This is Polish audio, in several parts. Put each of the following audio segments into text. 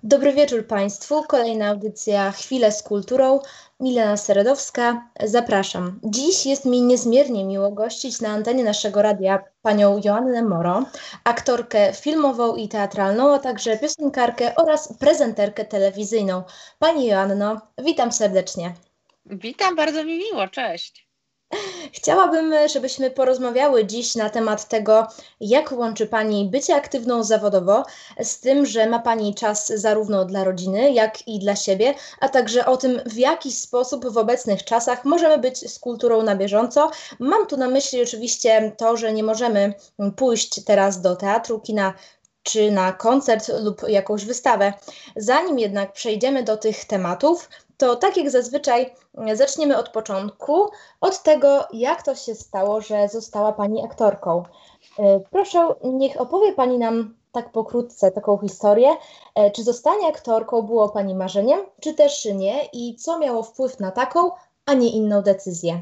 Dobry wieczór Państwu. Kolejna audycja Chwile z kulturą. Milena Seredowska, zapraszam. Dziś jest mi niezmiernie miło gościć na antenie naszego radia panią Joannę Moro, aktorkę filmową i teatralną, a także piosenkarkę oraz prezenterkę telewizyjną. Pani Joanno, witam serdecznie. Witam, bardzo mi miło, cześć. Chciałabym, żebyśmy porozmawiały dziś na temat tego, jak łączy Pani bycie aktywną zawodowo z tym, że ma Pani czas zarówno dla rodziny, jak i dla siebie, a także o tym, w jaki sposób w obecnych czasach możemy być z kulturą na bieżąco. Mam tu na myśli oczywiście to, że nie możemy pójść teraz do teatru, kina czy na koncert lub jakąś wystawę. Zanim jednak przejdziemy do tych tematów, to tak jak zazwyczaj zaczniemy od początku, od tego, jak to się stało, że została Pani aktorką. Proszę, niech opowie Pani nam tak pokrótce taką historię. Czy zostanie aktorką było Pani marzeniem, czy też nie? I co miało wpływ na taką, a nie inną decyzję?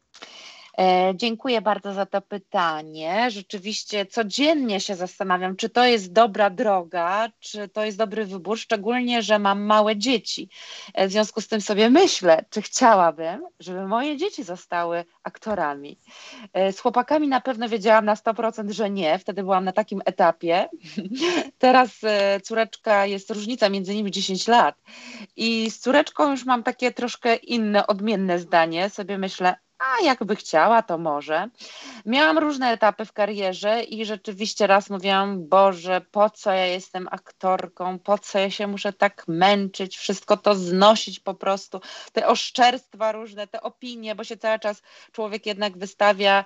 Dziękuję bardzo za to pytanie. Rzeczywiście codziennie się zastanawiam, czy to jest dobra droga, czy to jest dobry wybór, szczególnie, że mam małe dzieci. W związku z tym sobie myślę, czy chciałabym, żeby moje dzieci zostały aktorami. Z chłopakami na pewno wiedziałam na 100%, że nie. Wtedy byłam na takim etapie. Teraz córeczka, jest różnica między nimi 10 lat i z córeczką już mam takie troszkę inne, odmienne zdanie. Sobie myślę, a jakby chciała, to może. Miałam różne etapy w karierze i rzeczywiście raz mówiłam, Boże, po co ja jestem aktorką, po co ja się muszę tak męczyć, wszystko to znosić po prostu, te oszczerstwa różne, te opinie, bo się cały czas człowiek jednak wystawia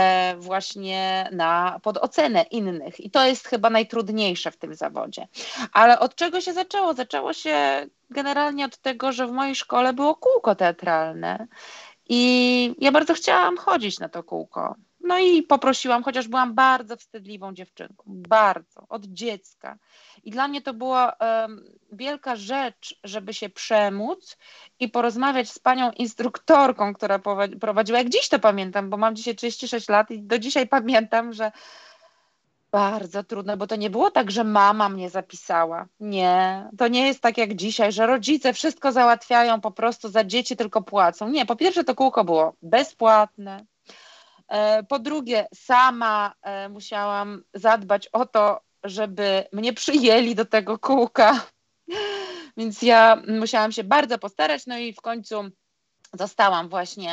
właśnie pod ocenę innych i to jest chyba najtrudniejsze w tym zawodzie. Ale od czego się zaczęło? Zaczęło się generalnie od tego, że w mojej szkole było kółko teatralne. I ja bardzo chciałam chodzić na to kółko. No i poprosiłam, chociaż byłam bardzo wstydliwą dziewczynką, bardzo, od dziecka. I dla mnie to była wielka rzecz, żeby się przemóc i porozmawiać z panią instruktorką, która prowadziła, jak dziś to pamiętam, bo mam dzisiaj 36 lat i do dzisiaj pamiętam, że bardzo trudno, bo to nie było tak, że mama mnie zapisała. Nie, to nie jest tak jak dzisiaj, że rodzice wszystko załatwiają, po prostu za dzieci tylko płacą. Nie, po pierwsze to kółko było bezpłatne. Po drugie, sama musiałam zadbać o to, żeby mnie przyjęli do tego kółka. Więc ja musiałam się bardzo postarać, no i w końcu zostałam właśnie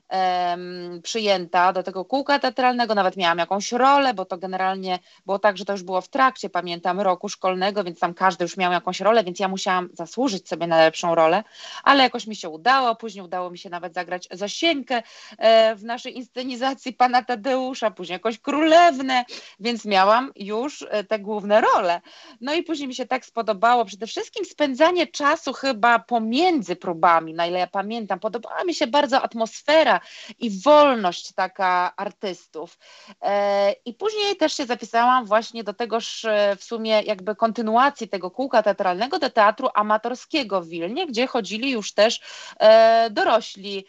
przyjęta do tego kółka teatralnego, nawet miałam jakąś rolę, bo to generalnie było tak, że to już było w trakcie, pamiętam, roku szkolnego, więc tam każdy już miał jakąś rolę, więc ja musiałam zasłużyć sobie na lepszą rolę, ale jakoś mi się udało, później udało mi się nawet zagrać Zosieńkę w naszej inscenizacji Pana Tadeusza, później jakąś Królewnę, więc miałam już te główne role. No i później mi się tak spodobało, przede wszystkim spędzanie czasu chyba pomiędzy próbami, na ile ja pamiętam, podobała mi się bardzo atmosfera i wolność taka artystów. I później też się zapisałam właśnie do tegoż w sumie jakby kontynuacji tego kółka teatralnego do teatru amatorskiego w Wilnie, gdzie chodzili już też dorośli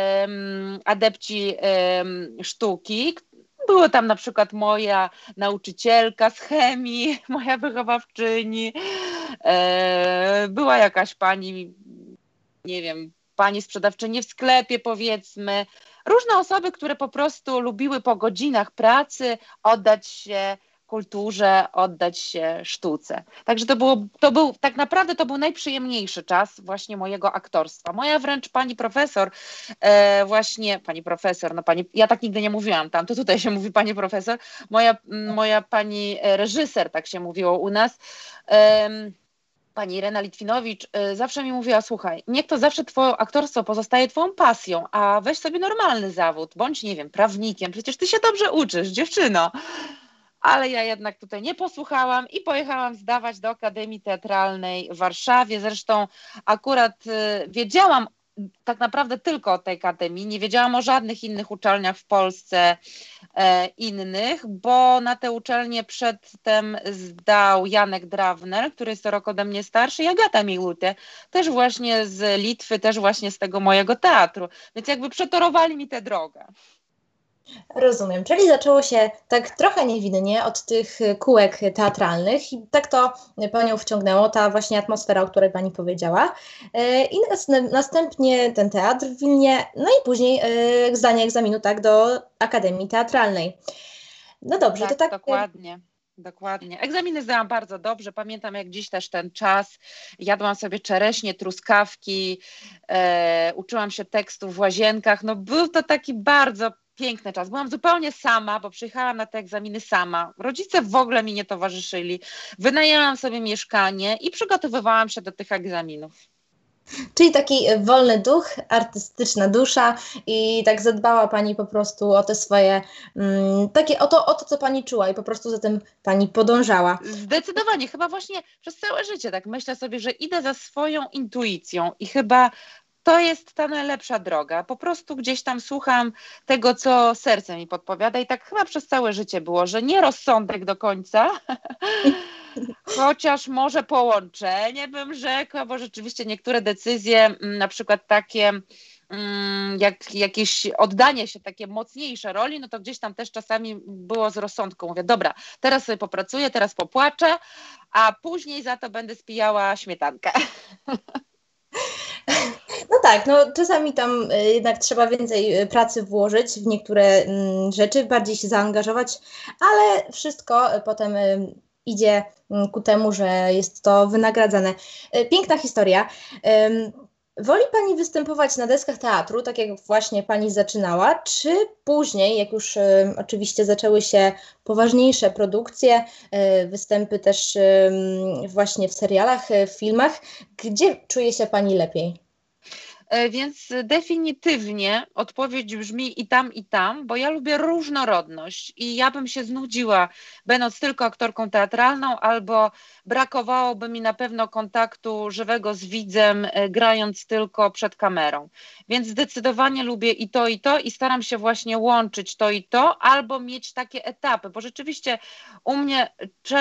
adepci sztuki. Była tam na przykład moja nauczycielka z chemii, moja wychowawczyni, była jakaś pani, nie wiem, pani sprzedawczyni w sklepie, powiedzmy. Różne osoby, które po prostu lubiły po godzinach pracy oddać się kulturze, oddać się sztuce. Także tak naprawdę to był najprzyjemniejszy czas właśnie mojego aktorstwa. Moja wręcz pani profesor, właśnie pani profesor, no pani, ja tak nigdy nie mówiłam tam, to tutaj się mówi pani profesor, moja pani reżyser, tak się mówiło u nas, pani Irena Litwinowicz zawsze mi mówiła, słuchaj, niech to zawsze twoje aktorstwo pozostaje twoją pasją, a weź sobie normalny zawód, bądź, nie wiem, prawnikiem, przecież ty się dobrze uczysz, dziewczyno. Ale ja jednak tutaj nie posłuchałam i pojechałam zdawać do Akademii Teatralnej w Warszawie. Zresztą akurat wiedziałam tak naprawdę tylko o tej akademii, nie wiedziałam o żadnych innych uczelniach w Polsce innych, bo na tę uczelnię przedtem zdał Janek Drawner, który jest o rok ode mnie starszy, i Agata Miłute, też właśnie z Litwy, też właśnie z tego mojego teatru. Więc jakby przetorowali mi tę drogę. Rozumiem, czyli zaczęło się tak trochę niewinnie od tych kółek teatralnych i tak to Panią wciągnęło, ta właśnie atmosfera, o której Pani powiedziała. I następnie ten teatr w Wilnie, no i później zdanie egzaminu tak do Akademii Teatralnej. No dobrze, to Tak, tak. dokładnie. Dokładnie. Egzaminy zdałam bardzo dobrze. Pamiętam jak dziś też ten czas. Jadłam sobie czereśnie, truskawki, uczyłam się tekstów w łazienkach. No był to taki bardzo piękny czas. Byłam zupełnie sama, bo przyjechałam na te egzaminy sama. Rodzice w ogóle mi nie towarzyszyli. Wynajęłam sobie mieszkanie i przygotowywałam się do tych egzaminów. Czyli taki wolny duch, artystyczna dusza i tak zadbała Pani po prostu o te swoje, o to, co Pani czuła i po prostu za tym Pani podążała. Zdecydowanie, chyba właśnie przez całe życie tak myślę sobie, że idę za swoją intuicją i chyba to jest ta najlepsza droga. Po prostu gdzieś tam słucham tego, co serce mi podpowiada i tak chyba przez całe życie było, że nie rozsądek do końca, chociaż może połączenie bym rzekła, bo rzeczywiście niektóre decyzje, na przykład takie jak jakieś oddanie się takie mocniejsze roli, no to gdzieś tam też czasami było z rozsądku. Mówię, dobra, teraz sobie popracuję, teraz popłaczę, a później za to będę spijała śmietankę. No tak, no czasami tam jednak trzeba więcej pracy włożyć w niektóre rzeczy, bardziej się zaangażować, ale wszystko potem idzie ku temu, że jest to wynagradzane. Piękna historia. Woli Pani występować na deskach teatru, tak jak właśnie Pani zaczynała, czy później, jak już oczywiście zaczęły się poważniejsze produkcje, występy też właśnie w serialach, w filmach, gdzie czuje się Pani lepiej? Więc definitywnie odpowiedź brzmi i tam, bo ja lubię różnorodność i ja bym się znudziła, będąc tylko aktorką teatralną, albo brakowałoby mi na pewno kontaktu żywego z widzem, grając tylko przed kamerą. Więc zdecydowanie lubię i to i staram się właśnie łączyć to i to, albo mieć takie etapy, bo rzeczywiście u mnie,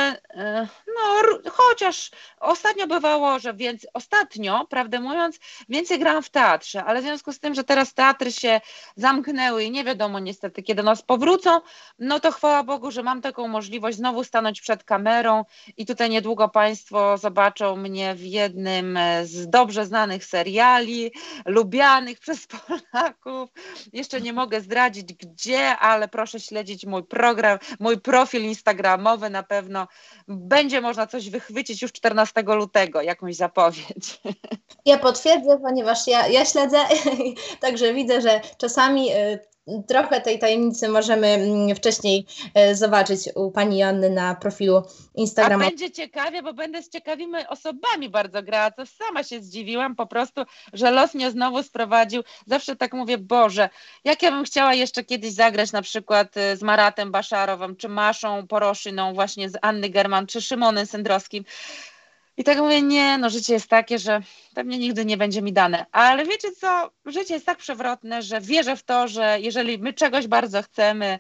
chociaż ostatnio bywało, że ostatnio, prawdę mówiąc, więcej grałam w teatrze, ale w związku z tym, że teraz teatry się zamknęły i nie wiadomo niestety, kiedy nas powrócą, no to chwała Bogu, że mam taką możliwość znowu stanąć przed kamerą i tutaj niedługo Państwo zobaczą mnie w jednym z dobrze znanych seriali, lubianych przez Polaków. Jeszcze nie mogę zdradzić gdzie, ale proszę śledzić mój program, mój profil instagramowy, na pewno będzie można coś wychwycić już 14 lutego, jakąś zapowiedź. Ja potwierdzę, ponieważ ja śledzę, także widzę, że czasami trochę tej tajemnicy możemy wcześniej zobaczyć u Pani Joanny na profilu Instagrama. A będzie ciekawie, bo będę z ciekawymi osobami bardzo grała, co sama się zdziwiłam po prostu, że los mnie znowu sprowadził. Zawsze tak mówię, Boże, jak ja bym chciała jeszcze kiedyś zagrać na przykład z Maratem Basharowem, czy Maszą Poroszyną, właśnie z Anny German, czy Szymonem Sendrowskim. I tak mówię, nie, no życie jest takie, że pewnie nigdy nie będzie mi dane. Ale wiecie co, życie jest tak przewrotne, że wierzę w to, że jeżeli my czegoś bardzo chcemy,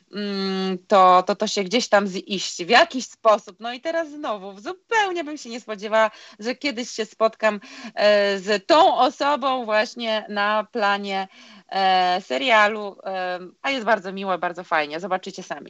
to się gdzieś tam ziści w jakiś sposób. No i teraz znowu, zupełnie bym się nie spodziewała, że kiedyś się spotkam z tą osobą właśnie na planie serialu, a jest bardzo miło, bardzo fajnie. Zobaczycie sami.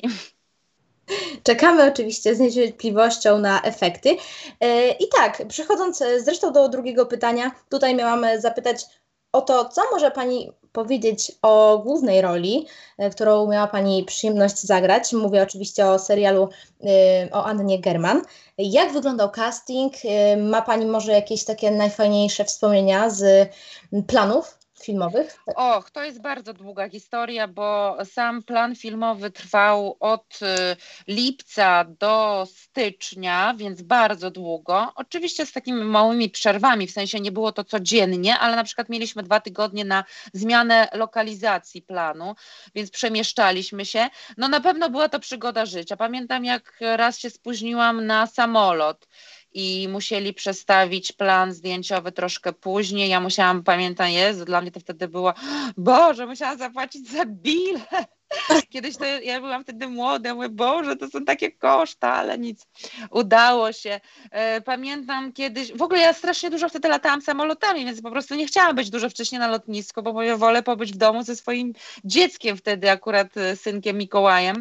Czekamy oczywiście z niecierpliwością na efekty. I tak, przechodząc zresztą do drugiego pytania, tutaj miałam zapytać o to, co może Pani powiedzieć o głównej roli, którą miała Pani przyjemność zagrać. Mówię oczywiście o serialu o Annie German. Jak wyglądał casting? Ma Pani może jakieś takie najfajniejsze wspomnienia z planów filmowych? Och, to jest bardzo długa historia, bo sam plan filmowy trwał od lipca do stycznia, więc bardzo długo. Oczywiście z takimi małymi przerwami, w sensie nie było to codziennie, ale na przykład mieliśmy 2 tygodnie na zmianę lokalizacji planu, więc przemieszczaliśmy się. No na pewno była to przygoda życia. Pamiętam, jak raz się spóźniłam na samolot i musieli przestawić plan zdjęciowy troszkę później. Ja pamiętam, Jezu, dla mnie to wtedy było, Boże, musiałam zapłacić za bilet. Kiedyś to ja byłam wtedy młoda, mówię, Boże, to są takie koszta, ale nic, udało się. Pamiętam kiedyś, w ogóle ja strasznie dużo wtedy latałam samolotami, więc po prostu nie chciałam być dużo wcześniej na lotnisku, bo mówię, wolę pobyć w domu ze swoim dzieckiem wtedy, akurat synkiem Mikołajem.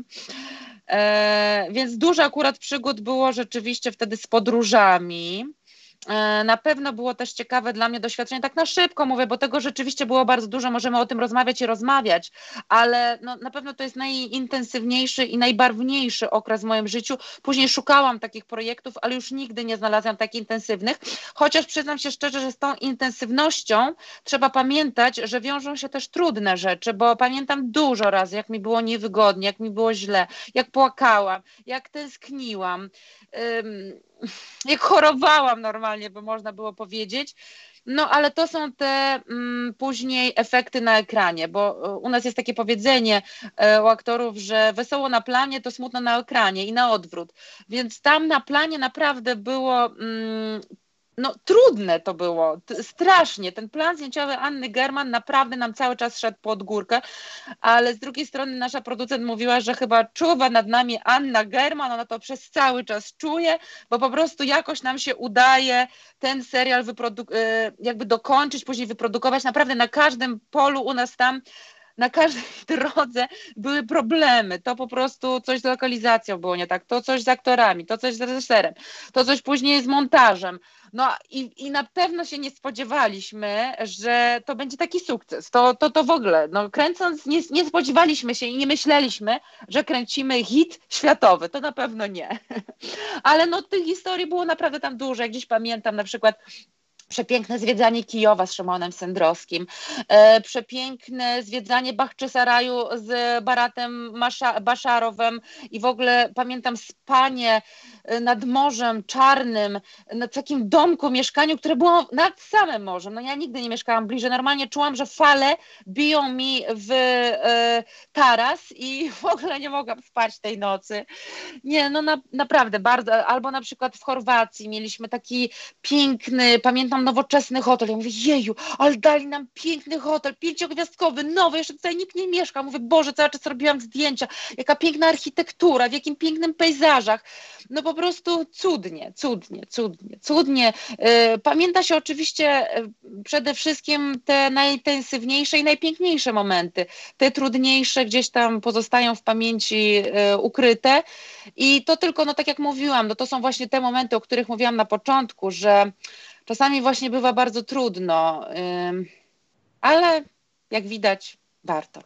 Więc dużo akurat przygód było rzeczywiście wtedy z podróżami. Na pewno było też ciekawe dla mnie doświadczenie, tak na szybko mówię, bo tego rzeczywiście było bardzo dużo, możemy o tym rozmawiać i rozmawiać, ale no, na pewno to jest najintensywniejszy i najbarwniejszy okres w moim życiu. Później szukałam takich projektów, ale już nigdy nie znalazłam tak intensywnych, chociaż przyznam się szczerze, że z tą intensywnością trzeba pamiętać, że wiążą się też trudne rzeczy, bo pamiętam dużo razy, jak mi było niewygodnie, jak mi było źle, jak płakałam, jak tęskniłam, jak chorowałam normalnie, by można było powiedzieć. No ale to są te później efekty na ekranie, bo u nas jest takie powiedzenie u aktorów, że wesoło na planie to smutno na ekranie i na odwrót. Więc tam na planie naprawdę było no trudne to było, strasznie. Ten plan zdjęciowy Anny German naprawdę nam cały czas szedł pod górkę, ale z drugiej strony nasza producent mówiła, że chyba czuwa nad nami Anna German, ona to przez cały czas czuje, bo po prostu jakoś nam się udaje ten serial jakby dokończyć, później wyprodukować. Naprawdę na każdym polu u nas tam, na każdej drodze były problemy. To po prostu coś z lokalizacją było nie tak, to coś z aktorami, to coś z reżyserem, to coś później z montażem. No i na pewno się nie spodziewaliśmy, że to będzie taki sukces. To w ogóle, no kręcąc nie spodziewaliśmy się i nie myśleliśmy, że kręcimy hit światowy. To na pewno nie. Ale no tych historii było naprawdę tam dużo. Jak gdzieś pamiętam na przykład przepiękne zwiedzanie Kijowa z Szymonem Sendrowskim, przepiękne zwiedzanie Bachczysaraju z Baratem Baszarowem i w ogóle pamiętam spanie nad Morzem Czarnym, na takim domku, mieszkaniu, które było nad samym morzem. No ja nigdy nie mieszkałam bliżej, normalnie czułam, że fale biją mi w taras i w ogóle nie mogłam spać tej nocy. Nie, no naprawdę bardzo, albo na przykład w Chorwacji mieliśmy taki piękny, pamiętam, nowoczesny hotel. Ja mówię, jeju, ale dali nam piękny hotel, 5-gwiazdkowy, nowy, jeszcze tutaj nikt nie mieszka. Mówię, Boże, cały czas robiłam zdjęcia, jaka piękna architektura, w jakim pięknym pejzażach. No po prostu cudnie, cudnie, cudnie, cudnie. Pamięta się oczywiście przede wszystkim te najintensywniejsze i najpiękniejsze momenty. Te trudniejsze gdzieś tam pozostają w pamięci ukryte. I to tylko, no tak jak mówiłam, no to są właśnie te momenty, o których mówiłam na początku, że czasami właśnie bywa bardzo trudno, ale jak widać, warto.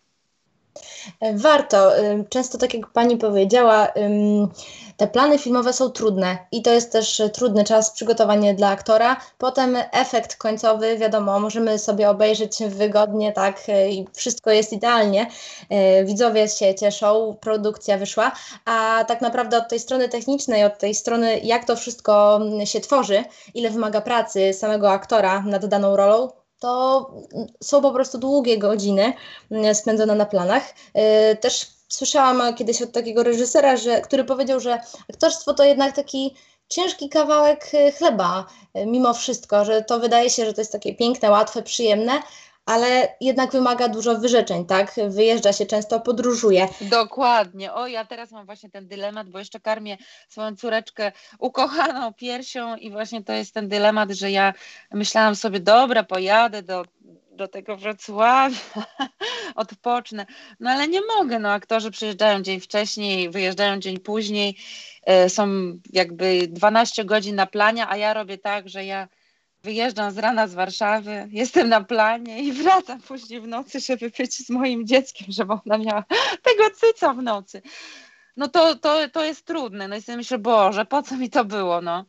Warto. Często, tak jak pani powiedziała, te plany filmowe są trudne i to jest też trudny czas przygotowania dla aktora. Potem efekt końcowy, wiadomo, możemy sobie obejrzeć wygodnie, tak, i wszystko jest idealnie. Widzowie się cieszą, produkcja wyszła, a tak naprawdę od tej strony technicznej, od tej strony, jak to wszystko się tworzy, ile wymaga pracy samego aktora nad daną rolą, to są po prostu długie godziny spędzone na planach. Też słyszałam kiedyś od takiego reżysera, który powiedział, że aktorstwo to jednak taki ciężki kawałek chleba mimo wszystko, że to wydaje się, że to jest takie piękne, łatwe, przyjemne, ale jednak wymaga dużo wyrzeczeń, tak? Wyjeżdża się często, podróżuje. Dokładnie. O, ja teraz mam właśnie ten dylemat, bo jeszcze karmię swoją córeczkę ukochaną piersią i właśnie to jest ten dylemat, że ja myślałam sobie, dobra, pojadę do tego Wrocławia, odpocznę. No ale nie mogę, no aktorzy przyjeżdżają dzień wcześniej, wyjeżdżają dzień później, są jakby 12 godzin na planie, a ja robię tak, że ja wyjeżdżam z rana z Warszawy, jestem na planie i wracam później w nocy, żeby być z moim dzieckiem, żeby ona miała tego cyca w nocy. No to jest trudne. No i sobie myślę, Boże, po co mi to było, no.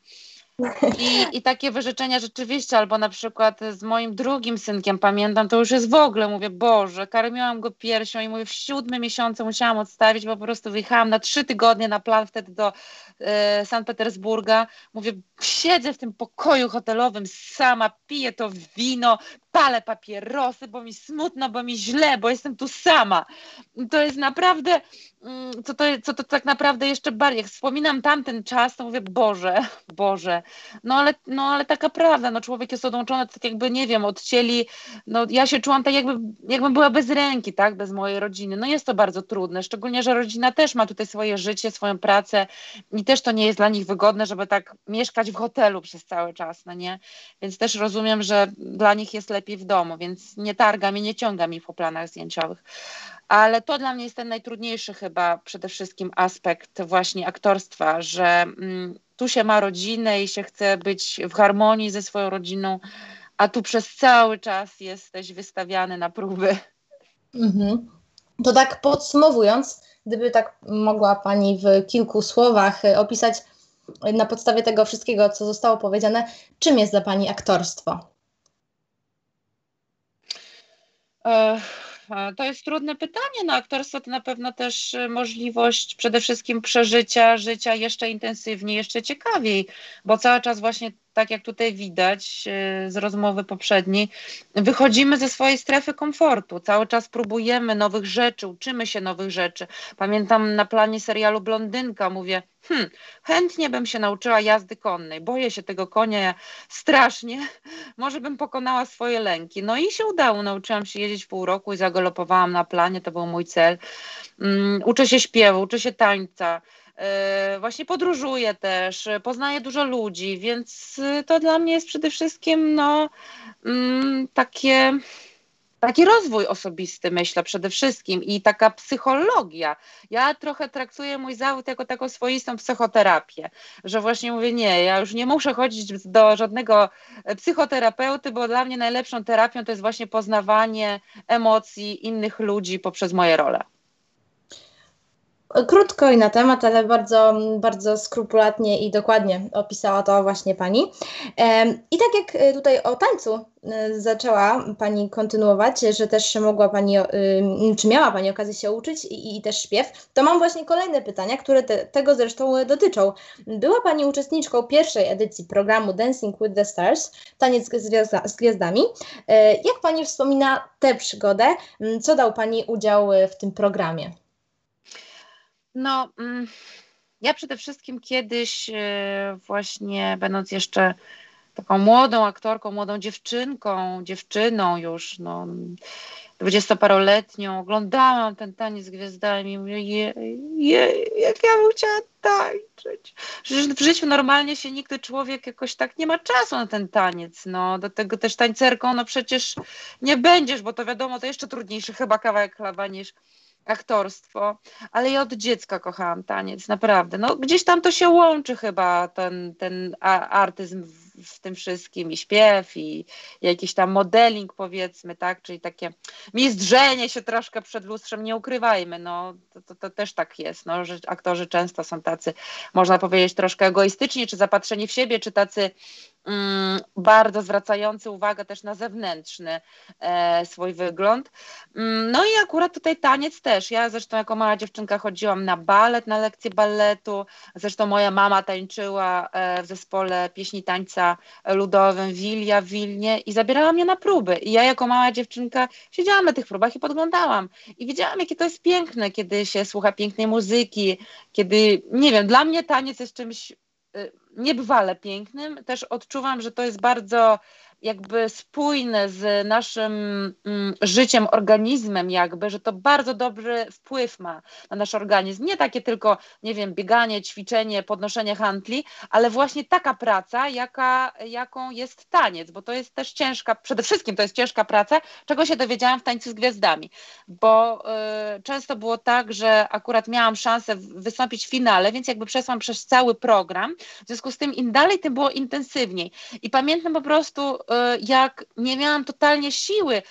I takie wyrzeczenia rzeczywiście, albo na przykład z moim drugim synkiem, pamiętam, to już jest w ogóle, mówię, Boże, karmiłam go piersią i mówię, w 7 miesiącu musiałam odstawić, bo po prostu wyjechałam na 3 tygodnie na plan wtedy do Sankt Petersburga. Mówię, siedzę w tym pokoju hotelowym sama, piję to wino, palę papierosy, bo mi smutno, bo mi źle, bo jestem tu sama. To jest naprawdę, co to tak naprawdę jeszcze bardziej, jak wspominam tamten czas, to mówię, Boże, no ale taka prawda, no człowiek jest odłączony, tak jakby, nie wiem, odcięli, no ja się czułam tak jakbym była bez ręki, tak, bez mojej rodziny. No jest to bardzo trudne, szczególnie, że rodzina też ma tutaj swoje życie, swoją pracę i też to nie jest dla nich wygodne, żeby tak mieszkać w hotelu przez cały czas, no nie? Więc też rozumiem, że dla nich jest lepiej w domu, więc nie targam i nie ciągam ich po planach zdjęciowych. Ale to dla mnie jest ten najtrudniejszy chyba przede wszystkim aspekt właśnie aktorstwa, że tu się ma rodzinę i się chce być w harmonii ze swoją rodziną, a tu przez cały czas jesteś wystawiany na próby. Mhm. To tak podsumowując, gdyby tak mogła Pani w kilku słowach opisać na podstawie tego wszystkiego, co zostało powiedziane, czym jest dla Pani aktorstwo? To jest trudne pytanie. No, aktorstwo to na pewno też możliwość przede wszystkim przeżycia życia jeszcze intensywniej, jeszcze ciekawiej, bo cały czas właśnie tak jak tutaj widać z rozmowy poprzedniej, wychodzimy ze swojej strefy komfortu, cały czas próbujemy nowych rzeczy, uczymy się nowych rzeczy. Pamiętam na planie serialu Blondynka, mówię, chętnie bym się nauczyła jazdy konnej, boję się tego konia strasznie, może bym pokonała swoje lęki. No i się udało, nauczyłam się jeździć w pół roku i zagalopowałam na planie, to był mój cel. Uczę się śpiewu, uczę się tańca, właśnie podróżuję też, poznaję dużo ludzi, więc to dla mnie jest przede wszystkim taki rozwój osobisty, myślę, przede wszystkim i taka psychologia. Ja trochę traktuję mój zawód jako taką swoistą psychoterapię, że właśnie mówię, nie, ja już nie muszę chodzić do żadnego psychoterapeuty, bo dla mnie najlepszą terapią to jest właśnie poznawanie emocji innych ludzi poprzez moje role. Krótko i na temat, ale bardzo, bardzo skrupulatnie i dokładnie opisała to właśnie Pani. I tak jak tutaj o tańcu zaczęła Pani kontynuować, że też mogła Pani, czy miała Pani okazję się uczyć i też śpiew, to mam właśnie kolejne pytania, które tego zresztą dotyczą. Była Pani uczestniczką pierwszej edycji programu Dancing with the Stars, Taniec z Gwiazdami. Jak Pani wspomina tę przygodę? Co dał Pani udział w tym programie? No, ja przede wszystkim kiedyś właśnie będąc jeszcze taką młodą aktorką, młodą dziewczyną już, no, 20-paroletnią, oglądałam ten Taniec z Gwiazdami i mówię, jak ja bym chciała tańczyć. Przecież w życiu normalnie się nigdy człowiek jakoś tak nie ma czasu na ten taniec, no, do tego też tańcerką, no przecież nie będziesz, bo to wiadomo, to jeszcze trudniejszy chyba kawałek chleba niż aktorstwo, ale ja od dziecka kochałam taniec, naprawdę. No, gdzieś tam to się łączy chyba ten artyzm w tym wszystkim i śpiew i jakiś tam modeling powiedzmy, tak, czyli takie mizdrzenie się troszkę przed lustrzem, nie ukrywajmy, no to też tak jest, no, że aktorzy często są tacy, można powiedzieć, troszkę egoistyczni, czy zapatrzeni w siebie, czy tacy bardzo zwracający uwagę też na zewnętrzny swój wygląd. No i akurat tutaj taniec też. Ja zresztą jako mała dziewczynka chodziłam na balet, na lekcje balletu. Zresztą moja mama tańczyła w zespole pieśni tańca ludowym Wilia w Wilnie i zabierała mnie na próby. I ja jako mała dziewczynka siedziałam na tych próbach i podglądałam. I widziałam, jakie to jest piękne, kiedy się słucha pięknej muzyki, kiedy, nie wiem, dla mnie taniec jest czymś niebywale pięknym. Też odczuwam, że to jest bardzo jakby spójne z naszym życiem, organizmem jakby, że to bardzo dobry wpływ ma na nasz organizm. Nie takie tylko, nie wiem, bieganie, ćwiczenie, podnoszenie hantli, ale właśnie taka praca, jaką jest taniec, bo to jest też ciężka, przede wszystkim to jest ciężka praca, czego się dowiedziałam w Tańcu z Gwiazdami, bo często było tak, że akurat miałam szansę wystąpić w finale, więc jakby przeszłam przez cały program, w związku z tym im dalej, tym było intensywniej. I pamiętam po prostu, jak nie miałam totalnie siły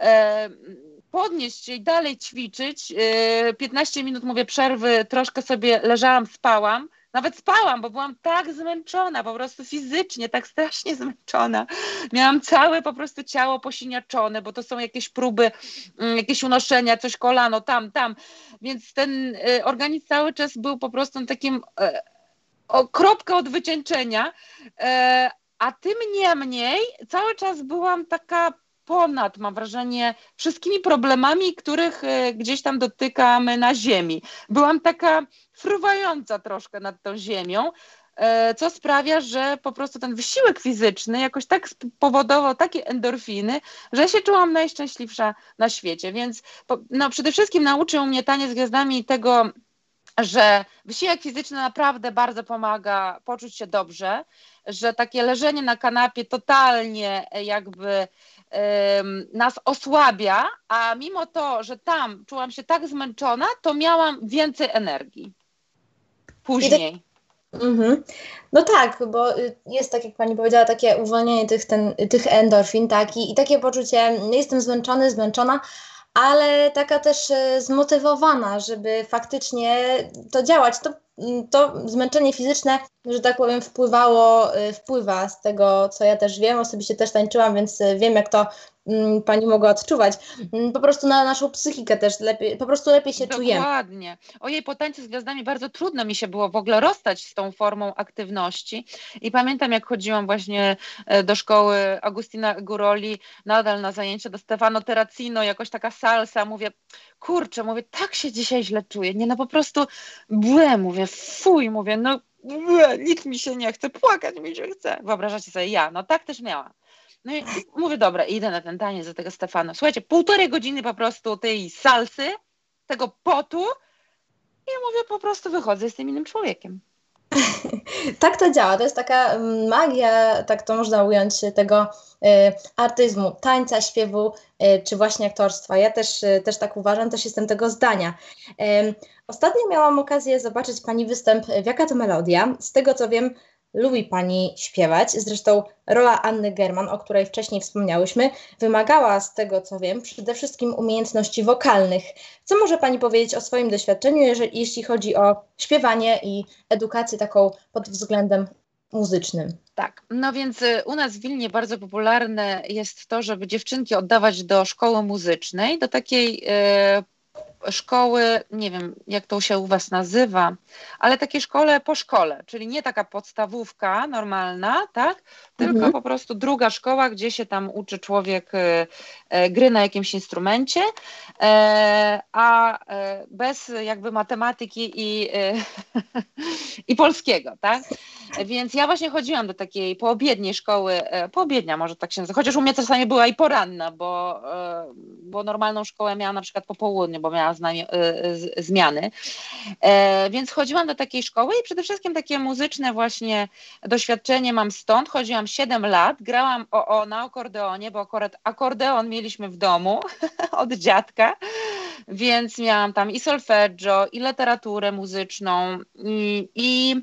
podnieść się i dalej ćwiczyć, 15 minut, mówię, przerwy, troszkę sobie leżałam, spałam, nawet spałam, bo byłam tak zmęczona, po prostu fizycznie, tak strasznie zmęczona. Miałam całe po prostu ciało posiniaczone, bo to są jakieś próby, jakieś unoszenia, coś kolano, tam. Więc ten organizm cały czas był po prostu takim kropka od wycieńczenia, a tym niemniej cały czas byłam taka ponad, mam wrażenie, wszystkimi problemami, których gdzieś tam dotykamy na ziemi. Byłam taka fruwająca troszkę nad tą ziemią, co sprawia, że po prostu ten wysiłek fizyczny jakoś tak spowodował takie endorfiny, że się czułam najszczęśliwsza na świecie. Więc no, przede wszystkim nauczył mnie Taniec z Gwiazdami tego, że wysiłek fizyczny naprawdę bardzo pomaga poczuć się dobrze, że takie leżenie na kanapie totalnie jakby nas osłabia, a mimo to, że tam czułam się tak zmęczona, to miałam więcej energii później. No tak, bo jest, tak jak pani powiedziała, takie uwolnienie tych endorfin, tak, i takie poczucie, jestem zmęczona, ale taka też zmotywowana, żeby faktycznie to działać. To zmęczenie fizyczne, że tak powiem, wpływa z tego, co ja też wiem. Osobiście też tańczyłam, więc wiem, jak to pani mogła odczuwać. Po prostu na naszą psychikę też po prostu lepiej się czujemy. Dokładnie. Ojej, po Tańcu z Gwiazdami bardzo trudno mi się było w ogóle rozstać z tą formą aktywności i pamiętam, jak chodziłam właśnie do szkoły Agustina Guroli, nadal na zajęcia do Stefano Terracino, jakoś taka salsa, mówię, kurczę, mówię, tak się dzisiaj źle czuję, nie, no po prostu mówię, fuj, mówię, no nic mi się nie chce, płakać mi się chce. Wyobrażacie sobie, no tak też miałam. No i mówię, dobra, idę na ten taniec do tego Stefano. Słuchajcie, 1,5 godziny po prostu tej salsy, tego potu i mówię, po prostu wychodzę z tym innym człowiekiem. Tak to działa, to jest taka magia, tak to można ująć, tego artyzmu, tańca, śpiewu, czy właśnie aktorstwa. Ja też tak uważam, też jestem tego zdania. Ostatnio miałam okazję zobaczyć pani występ w Jaka to melodia. Z tego co wiem, lubi pani śpiewać. Zresztą rola Anny German, o której wcześniej wspomniałyśmy, wymagała, z tego co wiem, przede wszystkim umiejętności wokalnych. Co może pani powiedzieć o swoim doświadczeniu, jeśli chodzi o śpiewanie i edukację taką pod względem muzycznym? Tak, no więc u nas w Wilnie bardzo popularne jest to, żeby dziewczynki oddawać do szkoły muzycznej, do takiej szkoły, nie wiem jak to się u was nazywa, ale takiej szkole po szkole, czyli nie taka podstawówka normalna, tak? Tylko po prostu druga szkoła, gdzie się tam uczy człowiek gry na jakimś instrumencie, a bez jakby matematyki i polskiego, tak? Więc ja właśnie chodziłam do takiej poobiedniej szkoły, poobiednia może tak się nazywa, chociaż u mnie czasami była i poranna, bo normalną szkołę miałam na przykład po południu, bo miałam z nami zmiany. Więc chodziłam do takiej szkoły i przede wszystkim takie muzyczne właśnie doświadczenie mam stąd. Chodziłam 7 lat, grałam na akordeonie, bo akurat akordeon mieliśmy w domu od dziadka, więc miałam tam i solfeggio, i literaturę muzyczną, i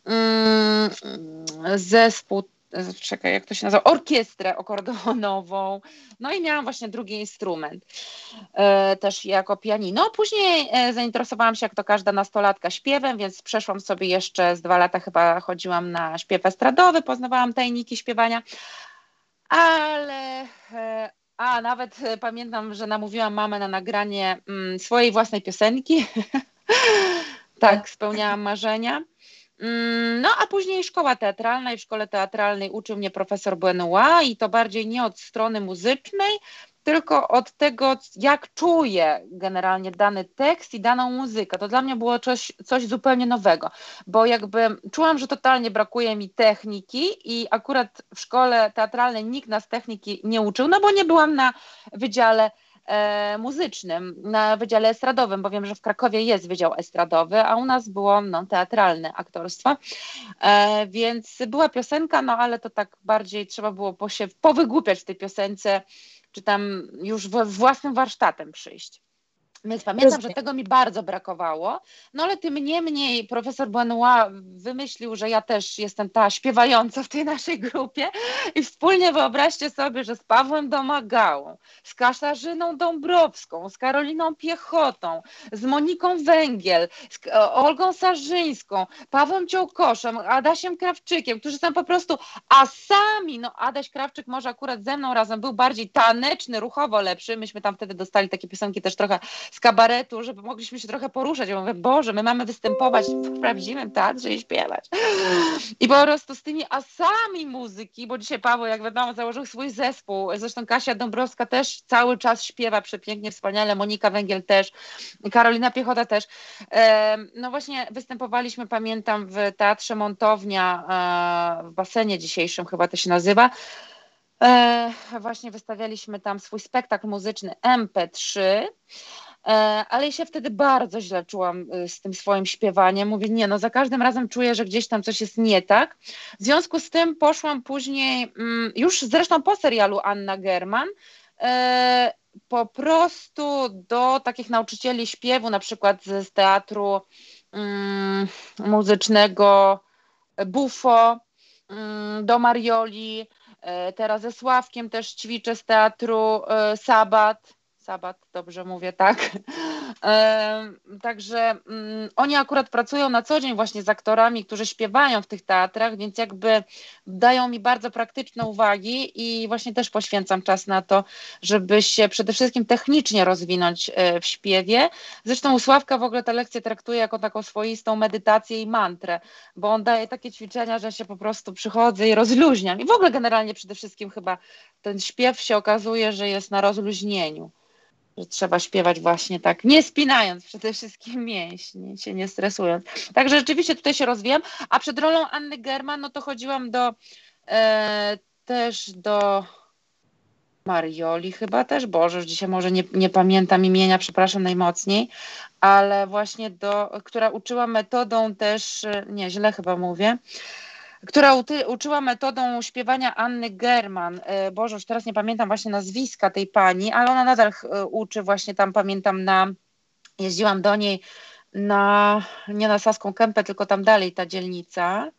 zespół, czekaj, jak to się nazywa, orkiestrę akordeonową, no i miałam właśnie drugi instrument, też jako pianino. Później zainteresowałam się, jak to każda nastolatka, śpiewem, więc przeszłam sobie jeszcze z 2 lata, chyba chodziłam na śpiew estradowy, poznawałam tajniki śpiewania, ale... nawet pamiętam, że namówiłam mamę na nagranie swojej własnej piosenki. Tak, spełniałam marzenia. No a później szkoła teatralna i w szkole teatralnej uczył mnie profesor Benoit i to bardziej nie od strony muzycznej, tylko od tego, jak czuję generalnie dany tekst i daną muzykę. To dla mnie było coś zupełnie nowego, bo jakby czułam, że totalnie brakuje mi techniki i akurat w szkole teatralnej nikt nas techniki nie uczył, no bo nie byłam na wydziale muzycznym, na wydziale estradowym, bo wiem, że w Krakowie jest wydział estradowy, a u nas było teatralne aktorstwo, więc była piosenka, no ale to tak bardziej trzeba było powygłupiać w tej piosence, czy tam już własnym warsztatem przyjść. Więc pamiętam, że tego mi bardzo brakowało, no ale tym niemniej profesor Benoit wymyślił, że ja też jestem ta śpiewająca w tej naszej grupie i wspólnie wyobraźcie sobie, że z Pawłem Domagałą, z Katarzyną Dąbrowską, z Karoliną Piechotą, z Moniką Węgiel, z Olgą Sarzyńską, Pawłem Ciołkoszem, Adasiem Krawczykiem, którzy są po prostu, a sami, no Adaś Krawczyk może akurat ze mną razem był bardziej taneczny, ruchowo lepszy, myśmy tam wtedy dostali takie piosenki też trochę z kabaretu, żeby mogliśmy się trochę poruszać. Ja mówię, Boże, my mamy występować w prawdziwym teatrze i śpiewać. I po prostu z tymi asami muzyki, bo dzisiaj Paweł, jak wiadomo, założył swój zespół, zresztą Kasia Dąbrowska też cały czas śpiewa przepięknie, wspaniale, Monika Węgiel też, Karolina Piechota też. No właśnie występowaliśmy, pamiętam, w Teatrze Montownia, w basenie dzisiejszym chyba to się nazywa. Właśnie wystawialiśmy tam swój spektakl muzyczny MP3, ale się wtedy bardzo źle czułam z tym swoim śpiewaniem. Mówię, nie, no za każdym razem czuję, że gdzieś tam coś jest nie tak. W związku z tym poszłam później, już zresztą po serialu Anna German, po prostu do takich nauczycieli śpiewu, na przykład z teatru muzycznego Buffo, do Marioli. Teraz ze Sławkiem też ćwiczę z teatru Sabat, dobrze mówię, tak. Także oni akurat pracują na co dzień właśnie z aktorami, którzy śpiewają w tych teatrach, więc jakby dają mi bardzo praktyczne uwagi i właśnie też poświęcam czas na to, żeby się przede wszystkim technicznie rozwinąć w śpiewie. Zresztą u Sławka w ogóle tę lekcję traktuję jako taką swoistą medytację i mantrę, bo on daje takie ćwiczenia, że się po prostu przychodzę i rozluźniam. I w ogóle generalnie przede wszystkim chyba ten śpiew się okazuje, że jest na rozluźnieniu. Że trzeba śpiewać właśnie tak, nie spinając przede wszystkim mięśni, się nie stresując. Także rzeczywiście tutaj się rozwijam, a przed rolą Anny German, no to chodziłam też do Marioli chyba też, Boże, już dzisiaj może nie pamiętam imienia, przepraszam najmocniej, ale właśnie która uczyła metodą też, nie, źle chyba mówię, która uczyła metodą śpiewania Anny German. Boże, już teraz nie pamiętam właśnie nazwiska tej pani, ale ona nadal uczy właśnie tam, pamiętam, jeździłam do niej nie na Saską Kępę, tylko tam dalej ta dzielnica.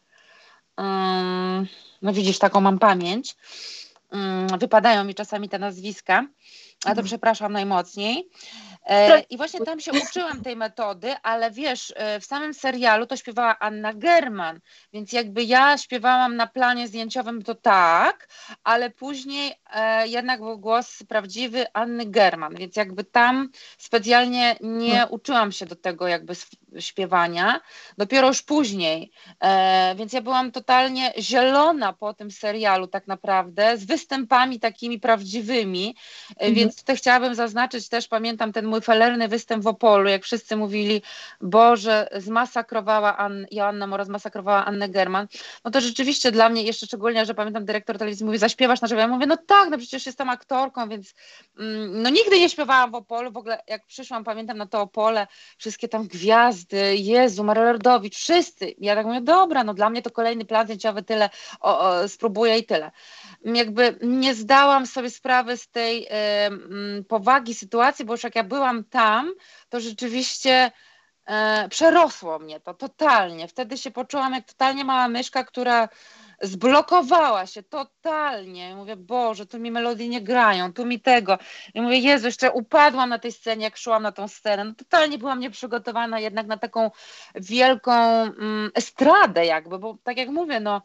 No widzisz, taką mam pamięć. Wypadają mi czasami te nazwiska, ale to przepraszam najmocniej. I właśnie tam się uczyłam tej metody, ale wiesz, w samym serialu to śpiewała Anna German, więc jakby ja śpiewałam na planie zdjęciowym to tak, ale później jednak był głos prawdziwy Anny German, więc jakby tam specjalnie nie uczyłam się do tego jakby śpiewania, dopiero już później, więc ja byłam totalnie zielona po tym serialu tak naprawdę, z występami takimi prawdziwymi, więc tutaj chciałabym zaznaczyć też, pamiętam ten mój felerny występ w Opolu, jak wszyscy mówili, Boże, zmasakrowała Joanna Mora zmasakrowała Annę German, no to rzeczywiście dla mnie, jeszcze szczególnie, że pamiętam dyrektor telewizji mówi, zaśpiewasz na żywo, ja mówię, no tak, no przecież jestem aktorką, więc no nigdy nie śpiewałam w Opolu, w ogóle jak przyszłam, pamiętam na to Opole, wszystkie tam gwiazdy, Jezu, Maryla Rodowicz, wszyscy, ja tak mówię, dobra, no dla mnie to kolejny plan zdjęciowy, tyle, spróbuję i tyle. Jakby nie zdałam sobie sprawy z tej powagi sytuacji, bo już jak ja byłam tam, to rzeczywiście przerosło mnie to totalnie. Wtedy się poczułam jak totalnie mała myszka, która zblokowała się totalnie. Mówię, Boże, tu mi melodie nie grają, tu mi tego. I mówię, Jezu, jeszcze upadłam na tej scenie, jak szłam na tą scenę. No, totalnie byłam nieprzygotowana jednak na taką wielką estradę jakby, bo tak jak mówię, no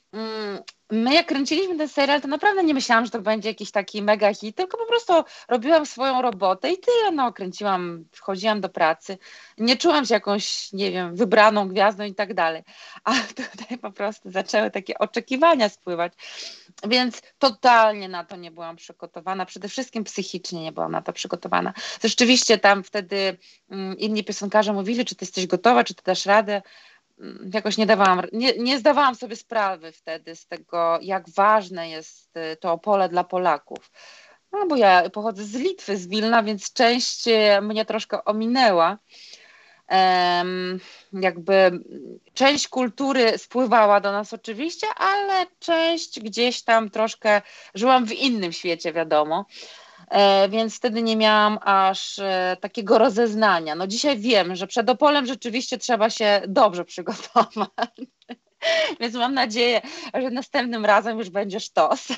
my jak kręciliśmy ten serial, to naprawdę nie myślałam, że to będzie jakiś taki mega hit, tylko po prostu robiłam swoją robotę i tyle, no kręciłam, chodziłam do pracy, nie czułam się jakąś, nie wiem, wybraną gwiazdą i tak dalej, a tutaj po prostu zaczęły takie oczekiwania spływać, więc totalnie na to nie byłam przygotowana, przede wszystkim psychicznie nie byłam na to przygotowana. Rzeczywiście tam wtedy inni piosenkarze mówili, czy ty jesteś gotowa, czy ty dasz radę, jakoś nie zdawałam sobie sprawy wtedy z tego, jak ważne jest to Opole dla Polaków. No bo ja pochodzę z Litwy, z Wilna, więc część mnie troszkę ominęła. Jakby część kultury spływała do nas oczywiście, ale część gdzieś tam troszkę żyłam w innym świecie, wiadomo. Więc wtedy nie miałam aż takiego rozeznania. No dzisiaj wiem, że przed Opolem rzeczywiście trzeba się dobrze przygotować. Więc mam nadzieję, że następnym razem już będzie sztos.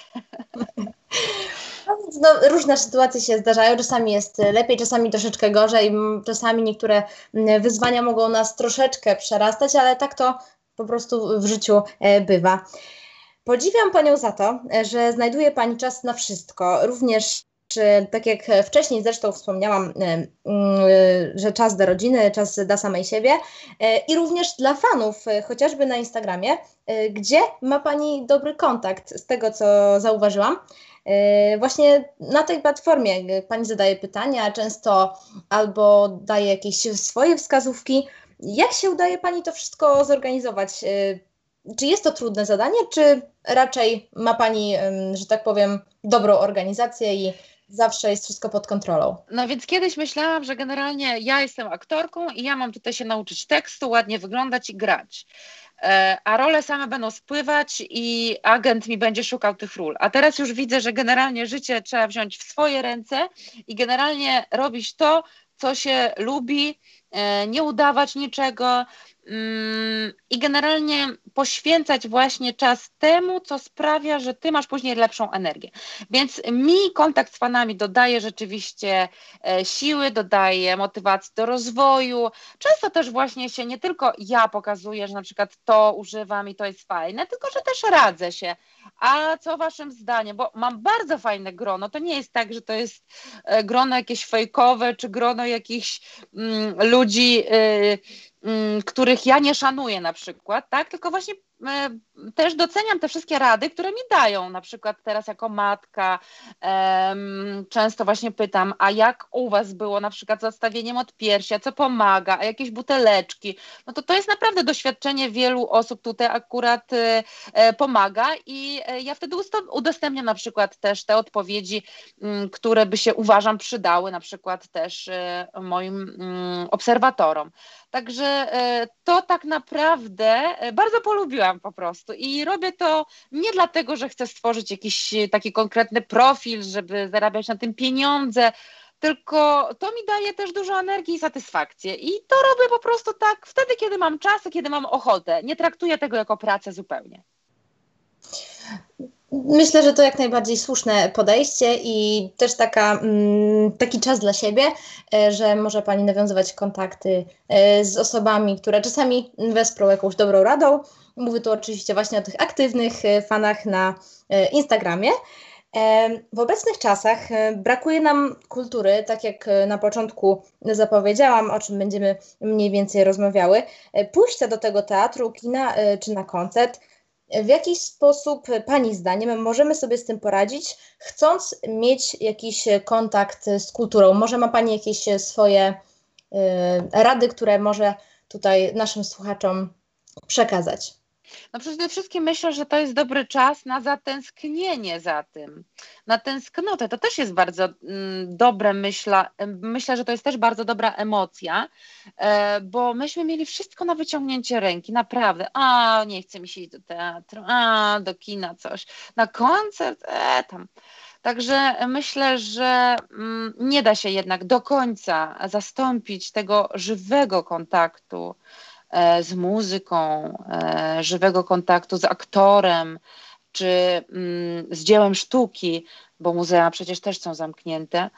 No, różne sytuacje się zdarzają, czasami jest lepiej, czasami troszeczkę gorzej, czasami niektóre wyzwania mogą nas troszeczkę przerastać, ale tak to po prostu w życiu bywa. Podziwiam Panią za to, że znajduje Pani czas na wszystko, również tak jak wcześniej zresztą wspomniałam, że czas dla rodziny, czas dla samej siebie i również dla fanów, chociażby na Instagramie, gdzie ma Pani dobry kontakt, z tego co zauważyłam. Właśnie na tej platformie Pani zadaje pytania, często albo daje jakieś swoje wskazówki. Jak się udaje Pani to wszystko zorganizować? Czy jest to trudne zadanie, czy raczej ma Pani, że tak powiem, dobrą organizację i zawsze jest wszystko pod kontrolą? No więc kiedyś myślałam, że generalnie ja jestem aktorką i ja mam tutaj się nauczyć tekstu, ładnie wyglądać i grać. A role same będą spływać i agent mi będzie szukał tych ról. A teraz już widzę, że generalnie życie trzeba wziąć w swoje ręce i generalnie robić to, co się lubi, nie udawać niczego i generalnie poświęcać właśnie czas temu, co sprawia, że ty masz później lepszą energię. Więc mi kontakt z fanami dodaje rzeczywiście siły, dodaje motywacji do rozwoju. Często też właśnie się nie tylko ja pokazuję, że na przykład to używam i to jest fajne, tylko że też radzę się. A co waszym zdaniem? Bo mam bardzo fajne grono. To nie jest tak, że to jest grono jakieś fejkowe, czy grono jakichś ludzi, których ja nie szanuję na przykład, tak? Tylko właśnie też doceniam te wszystkie rady, które mi dają, na przykład teraz jako matka często właśnie pytam, a jak u was było na przykład z odstawieniem od piersi, a co pomaga, a jakieś buteleczki, no to jest naprawdę doświadczenie wielu osób tutaj akurat pomaga i ja wtedy udostępniam na przykład też te odpowiedzi, które by się uważam przydały na przykład też moim obserwatorom. Także to tak naprawdę bardzo polubiłam po prostu i robię to nie dlatego, że chcę stworzyć jakiś taki konkretny profil, żeby zarabiać na tym pieniądze, tylko to mi daje też dużo energii i satysfakcję i to robię po prostu tak wtedy, kiedy mam czas, kiedy mam ochotę. Nie traktuję tego jako pracę zupełnie. Myślę, że to jak najbardziej słuszne podejście i też taki czas dla siebie, że może Pani nawiązywać kontakty z osobami, które czasami wesprą jakąś dobrą radą. Mówię tu oczywiście właśnie o tych aktywnych fanach na Instagramie. W obecnych czasach brakuje nam kultury, tak jak na początku zapowiedziałam, o czym będziemy mniej więcej rozmawiały, pójścia do tego teatru, kina czy na koncert. W jaki sposób Pani zdaniem możemy sobie z tym poradzić, chcąc mieć jakiś kontakt z kulturą? Może ma Pani jakieś swoje rady, które może tutaj naszym słuchaczom przekazać? No przede wszystkim myślę, że to jest dobry czas na zatęsknienie za tym, na tęsknotę. To też jest bardzo dobre, myślę, że to jest też bardzo dobra emocja, bo myśmy mieli wszystko na wyciągnięcie ręki, naprawdę. A, nie chce mi się iść do teatru, a, do kina coś, na koncert, tam. Także myślę, że nie da się jednak do końca zastąpić tego żywego kontaktu z muzyką, żywego kontaktu z aktorem, czy z dziełem sztuki, bo muzea przecież też są zamknięte.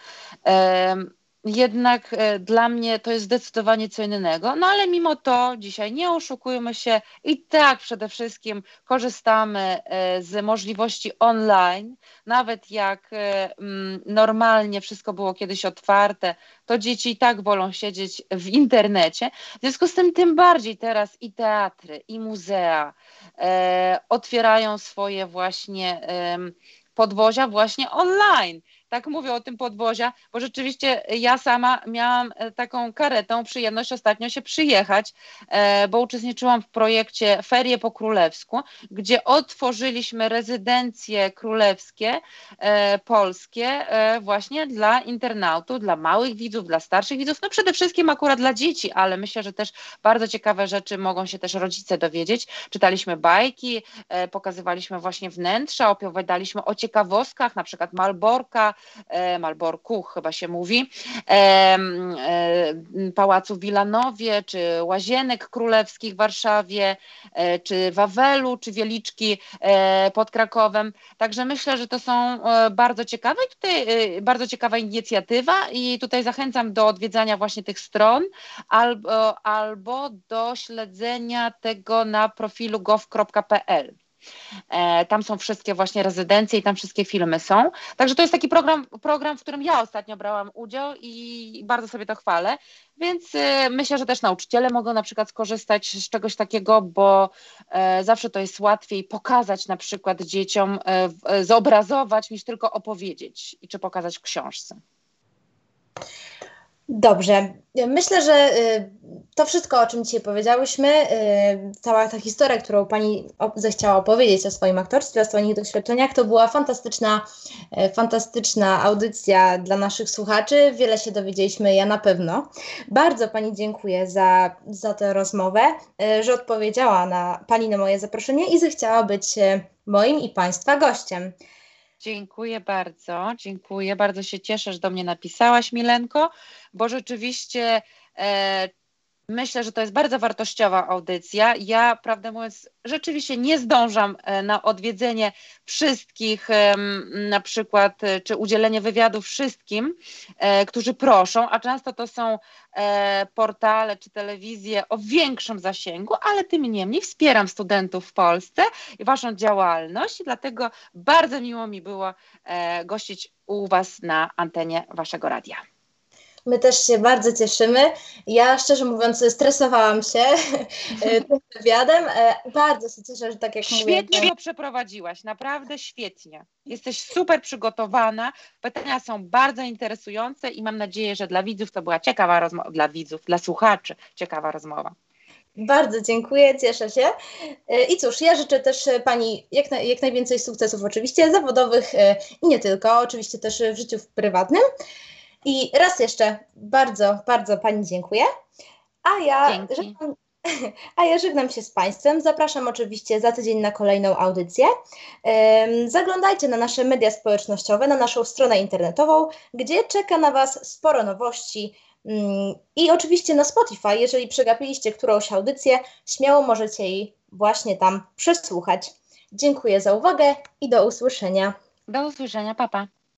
Jednak dla mnie to jest zdecydowanie co innego, no ale mimo to dzisiaj nie oszukujmy się i tak przede wszystkim korzystamy z możliwości online, nawet jak normalnie wszystko było kiedyś otwarte, to dzieci i tak wolą siedzieć w internecie, w związku z tym tym bardziej teraz i teatry, i muzea otwierają swoje właśnie podwozia właśnie online. Tak mówię o tym podwozia, bo rzeczywiście ja sama miałam taką karetą przyjemność ostatnio się przyjechać, bo uczestniczyłam w projekcie Ferie po Królewsku, gdzie otworzyliśmy rezydencje królewskie polskie właśnie dla internautów, dla małych widzów, dla starszych widzów, no przede wszystkim akurat dla dzieci, ale myślę, że też bardzo ciekawe rzeczy mogą się też rodzice dowiedzieć. Czytaliśmy bajki, pokazywaliśmy właśnie wnętrza, opowiadaliśmy o ciekawostkach, na przykład Malborku chyba się mówi, Pałacu w Wilanowie, czy Łazienek Królewskich w Warszawie, czy Wawelu, czy Wieliczki pod Krakowem. Także myślę, że to są bardzo ciekawe i tutaj bardzo ciekawa inicjatywa i tutaj zachęcam do odwiedzania właśnie tych stron albo do śledzenia tego na profilu gov.pl. Tam są wszystkie właśnie rezydencje i tam wszystkie filmy są. Także to jest taki program, w którym ja ostatnio brałam udział i bardzo sobie to chwalę. Więc myślę, że też nauczyciele mogą na przykład skorzystać z czegoś takiego, bo zawsze to jest łatwiej pokazać na przykład dzieciom, zobrazować, niż tylko opowiedzieć czy pokazać w książce. Dobrze. Myślę, że to wszystko, o czym dzisiaj powiedziałyśmy, cała ta historia, którą Pani zechciała opowiedzieć o swoim aktorstwie, o swoich doświadczeniach, to była fantastyczna audycja dla naszych słuchaczy. Wiele się dowiedzieliśmy, ja na pewno. Bardzo Pani dziękuję za tę rozmowę, że odpowiedziała Pani na moje zaproszenie i zechciała być moim i Państwa gościem. Dziękuję bardzo, dziękuję. Bardzo się cieszę, że do mnie napisałaś, Milenko, bo rzeczywiście myślę, że to jest bardzo wartościowa audycja. Ja, prawdę mówiąc, rzeczywiście nie zdążam na odwiedzenie wszystkich, na przykład, czy udzielenie wywiadu wszystkim, którzy proszą, a często to są portale czy telewizje o większym zasięgu, ale tym niemniej wspieram studentów w Polsce i waszą działalność i dlatego bardzo miło mi było gościć u was na antenie waszego radia. My też się bardzo cieszymy. Ja szczerze mówiąc stresowałam się tym wywiadem. Bardzo się cieszę, że tak jak mówię... Świetnie go przeprowadziłaś, naprawdę świetnie. Jesteś super przygotowana, pytania są bardzo interesujące i mam nadzieję, że dla widzów to była ciekawa rozmowa, dla słuchaczy ciekawa rozmowa. Bardzo dziękuję, cieszę się. I cóż, ja życzę też Pani jak najwięcej sukcesów oczywiście zawodowych i nie tylko, oczywiście też w życiu prywatnym. I raz jeszcze bardzo Pani dziękuję, a ja żegnam się z Państwem. Zapraszam oczywiście za tydzień na kolejną audycję. Zaglądajcie na nasze media społecznościowe, na naszą stronę internetową, gdzie czeka na Was sporo nowości. I oczywiście na Spotify, jeżeli przegapiliście którąś audycję, śmiało możecie jej właśnie tam przesłuchać. Dziękuję za uwagę i do usłyszenia. Do usłyszenia, pa pa.